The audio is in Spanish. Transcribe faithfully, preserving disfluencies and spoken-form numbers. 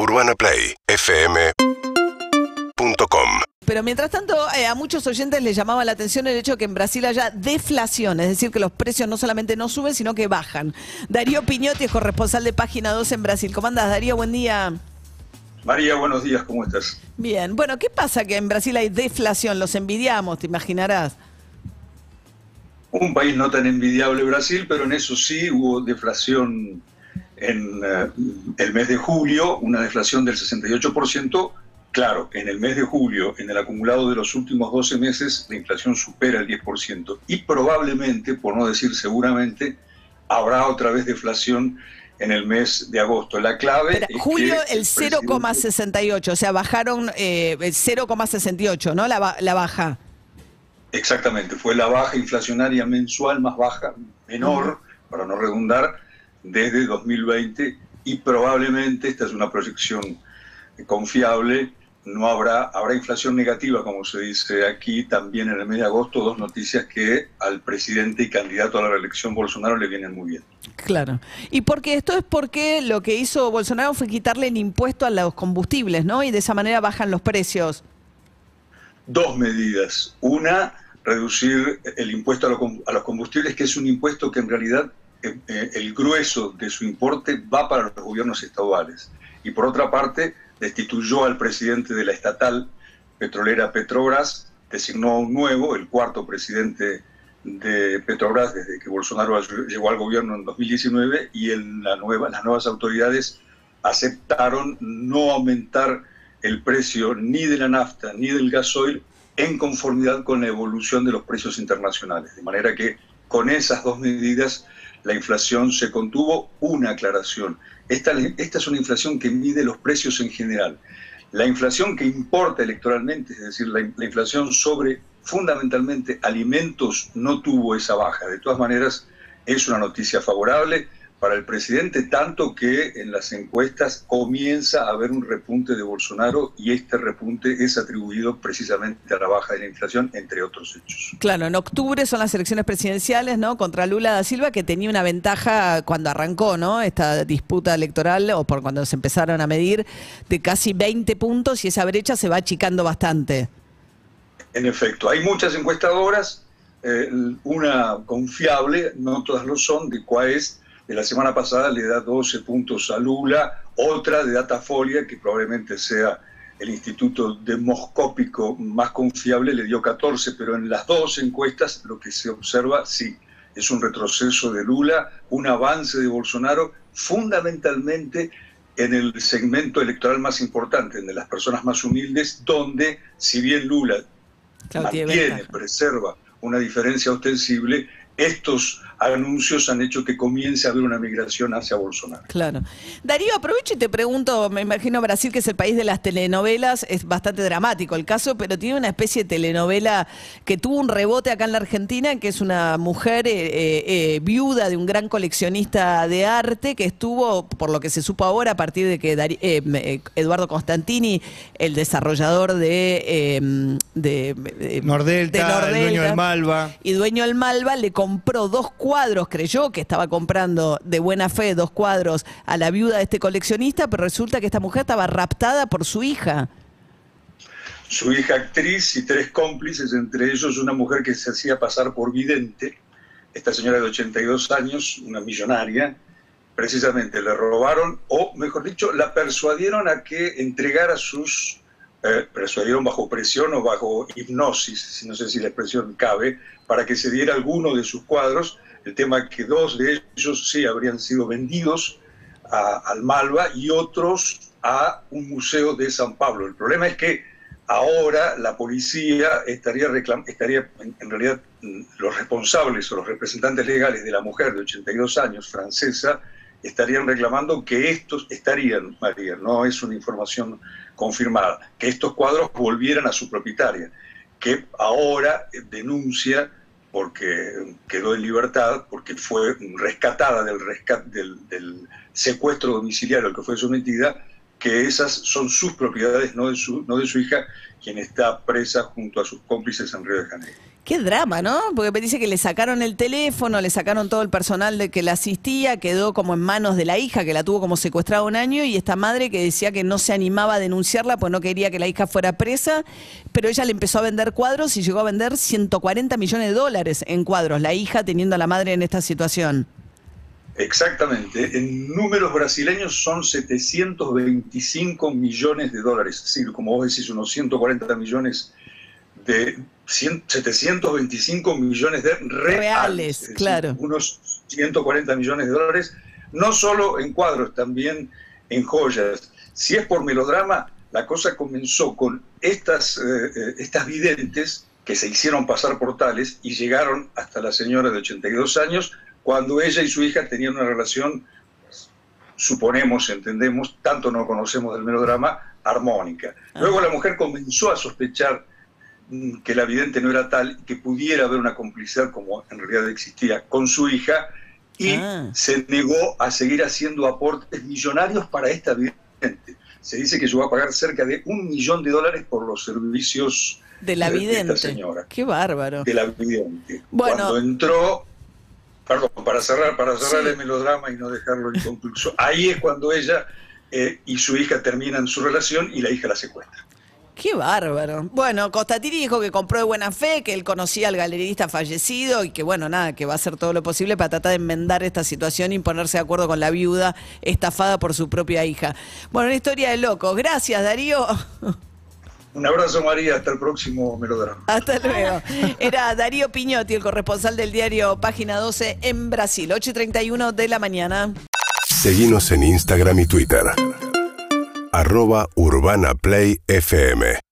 urbana play f m punto com. Pero mientras tanto, eh, a muchos oyentes les llamaba la atención el hecho de que en Brasil haya deflación, es decir, que los precios no solamente no suben, sino que bajan. Darío Piñotti es corresponsal de Página dos en Brasil. ¿Cómo andás, Darío? Buen día. María, buenos días, ¿cómo estás? Bien. Bueno, ¿qué pasa que en Brasil hay deflación? Los envidiamos, te imaginarás. Un país no tan envidiable Brasil, pero en eso sí hubo deflación en uh, el mes de julio, una deflación del sesenta y ocho por ciento. Claro, en el mes de julio, en el acumulado de los últimos doce meses, la inflación supera el diez por ciento. Y probablemente, por no decir seguramente, habrá otra vez deflación en el mes de agosto. La clave Pero, es julio que el, el cero coma sesenta y ocho, presidente... o sea, bajaron eh, el cero coma sesenta y ocho, ¿no? La, la baja. Exactamente, fue la baja inflacionaria mensual más baja, menor, uh-huh. para no redundar, desde dos mil veinte, y probablemente, esta es una proyección confiable, no habrá, habrá inflación negativa, como se dice aquí, también en el mes de agosto, dos noticias que al presidente y candidato a la reelección Bolsonaro le vienen muy bien. Claro. Y porque esto es porque lo que hizo Bolsonaro fue quitarle el impuesto a los combustibles, ¿no? Y de esa manera bajan los precios. Dos medidas. Una, reducir el impuesto a los combustibles, que es un impuesto que en realidad eh, eh, el grueso de su importe va para los gobiernos estaduales. Y por otra parte, destituyó al presidente de la estatal petrolera Petrobras, designó a un nuevo, el cuarto presidente de Petrobras desde que Bolsonaro llegó al gobierno en dos mil diecinueve, y en la nueva, las nuevas autoridades aceptaron no aumentar el precio ni de la nafta ni del gasoil en conformidad con la evolución de los precios internacionales. De manera que con esas dos medidas la inflación se contuvo. Una aclaración. Esta, esta es una inflación que mide los precios en general. La inflación que importa electoralmente, es decir, la, la inflación sobre fundamentalmente alimentos, no tuvo esa baja. De todas maneras, es una noticia favorable para el presidente, tanto que en las encuestas comienza a haber un repunte de Bolsonaro, y este repunte es atribuido precisamente a la baja de la inflación, entre otros hechos. Claro, en octubre son las elecciones presidenciales, ¿no? Contra Lula da Silva, que tenía una ventaja cuando arrancó, ¿no? Esta disputa electoral, o por cuando se empezaron a medir, de casi veinte puntos, y esa brecha se va achicando bastante. En efecto, hay muchas encuestadoras, eh, una confiable, no todas lo son, de Quaest, de la semana pasada le da doce puntos a Lula, otra de Datafolia, que probablemente sea el instituto demoscópico más confiable, le dio catorce, pero en las dos encuestas lo que se observa, sí, es un retroceso de Lula, un avance de Bolsonaro, fundamentalmente en el segmento electoral más importante, en de las personas más humildes, donde, si bien Lula claro, mantiene, preserva una diferencia ostensible, estos anuncios han hecho que comience a haber una migración hacia Bolsonaro. Claro. Darío, aprovecho y te pregunto, me imagino Brasil, que es el país de las telenovelas, es bastante dramático el caso, pero tiene una especie de telenovela que tuvo un rebote acá en la Argentina, que es una mujer eh, eh, viuda de un gran coleccionista de arte, que estuvo, por lo que se supo ahora, a partir de que Darío, eh, Eduardo Constantini, el desarrollador de, eh, de, de, Nordelta, de Nordelta, el dueño del Malva. Y dueño del Malva, le compró dos cuadros, creyó que estaba comprando de buena fe dos cuadros a la viuda de este coleccionista, pero resulta que esta mujer estaba raptada por su hija. Su hija actriz y tres cómplices, entre ellos una mujer que se hacía pasar por vidente, esta señora de ochenta y dos años, una millonaria, precisamente le robaron, o mejor dicho, la persuadieron a que entregara sus... Eh, persuadieron bajo presión o bajo hipnosis, no sé si la expresión cabe, para que se diera alguno de sus cuadros. El tema es que dos de ellos sí habrían sido vendidos a, al Malva y otros a un museo de San Pablo. El problema es que ahora la policía estaría, reclam estaría en, en realidad los responsables o los representantes legales de la mujer de ochenta y dos años, francesa, estarían reclamando que estos estarían, María, no es una información confirmada, que estos cuadros volvieran a su propietaria, que ahora denuncia porque quedó en libertad, porque fue rescatada del, rescat, del, del secuestro domiciliario al que fue sometida, que esas son sus propiedades, no de su, no de su hija, quien está presa junto a sus cómplices en Río de Janeiro. Qué drama, ¿no? Porque me dice que le sacaron el teléfono, le sacaron todo el personal de que la asistía, quedó como en manos de la hija, que la tuvo como secuestrada un año, y esta madre que decía que no se animaba a denunciarla, pues no quería que la hija fuera presa, pero ella le empezó a vender cuadros y llegó a vender ciento cuarenta millones de dólares en cuadros, la hija teniendo a la madre en esta situación. Exactamente. En números brasileños son setecientos veinticinco millones de dólares, es decir, como vos decís, unos ciento cuarenta millones de setecientos veinticinco millones de reales, reales decir, claro. Unos ciento cuarenta millones de dólares, no solo en cuadros, también en joyas. Si es por melodrama, la cosa comenzó con estas, eh, estas videntes que se hicieron pasar por tales y llegaron hasta la señora de ochenta y dos años, cuando ella y su hija tenían una relación, suponemos, entendemos, tanto no conocemos del melodrama, armónica. Luego la mujer comenzó a sospechar que la vidente no era tal, que pudiera haber una complicidad, como en realidad existía, con su hija, y ah. se negó a seguir haciendo aportes millonarios para esta vidente. Se dice que llegó a pagar cerca de un millón de dólares por los servicios de la vidente. De esta señora. Qué bárbaro. De la vidente. Bueno. Cuando entró, perdón, para cerrar, para cerrar sí. el melodrama y no dejarlo inconcluso, ahí es cuando ella eh, y su hija terminan su relación y la hija la secuestra. Qué bárbaro. Bueno, Costatiri dijo que compró de buena fe, que él conocía al galerista fallecido y que, bueno, nada, que va a hacer todo lo posible para tratar de enmendar esta situación y ponerse de acuerdo con la viuda estafada por su propia hija. Bueno, una historia de locos. Gracias, Darío. Un abrazo, María. Hasta el próximo melodrama. Hasta luego. Era Darío Piñotti, el corresponsal del diario Página doce en Brasil. ocho y treinta y uno de la mañana. Seguinos en Instagram y Twitter. Arroba Urbana Play F M.